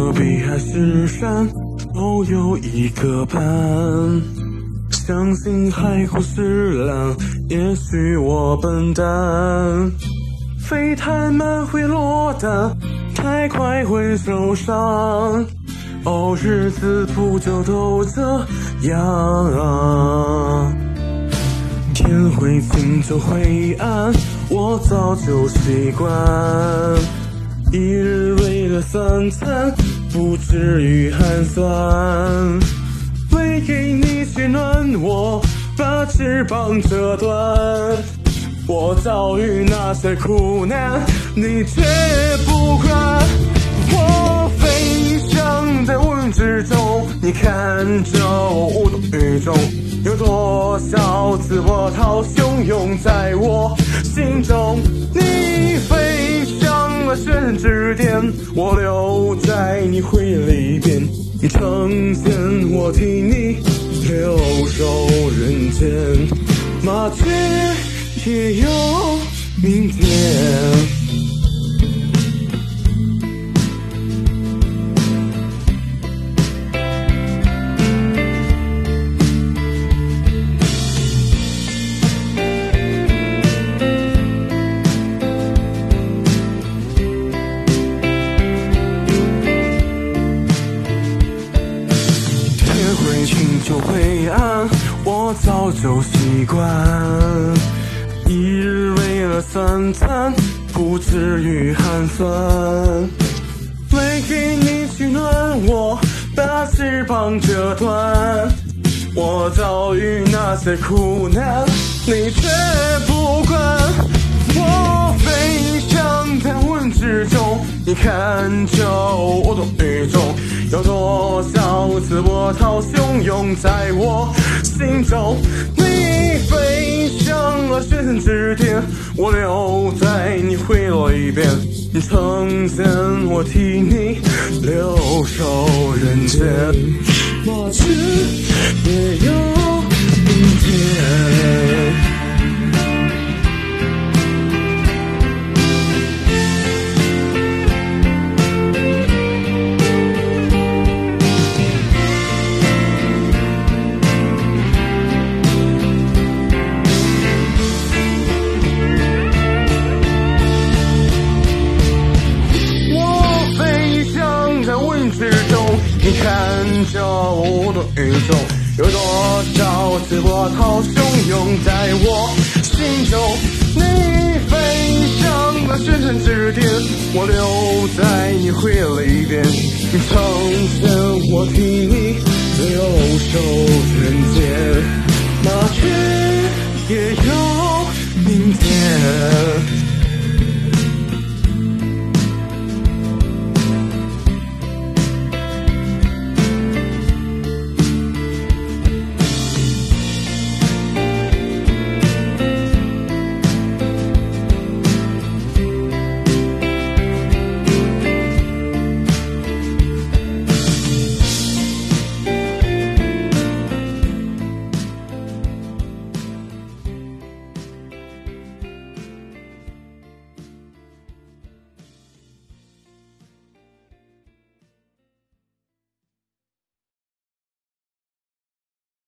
戈壁还是山，都有一个伴。相信海枯石烂，也许我笨蛋。飞太慢会落单，太快会受伤。哦，日子不就都这样啊？天会晴就会暗，我早就习惯。一日为了三餐，不至于寒酸。为给你取暖，我把翅膀折断。我遭遇那些苦难，你却不管。我飞翔在乌云之中，你看着我无动于衷。有多少次波涛汹涌在我心中？你飞向了轩辕之巅，我留在你回忆里边。你呈现我替你留守人间，麻雀也有明天。会晴就会暗，我早就习惯。一日为了三餐，不至于寒酸。为给你取暖，我把翅膀折断。我遭遇那些苦难，你却不管。我飞翔在乌云之中，你看着我动于衷。有多少次波涛汹涌在我心中？你飞向了轩辕之巅，我留在你回忆里边。你呈现我替你留守人间，麻雀也有明天。之中，你看着我无动于衷。有多少次波涛汹涌在我心中？你飞向了轩辕之巅，我留在你回忆里边。你呈现我替你留守人间，麻雀也有明天。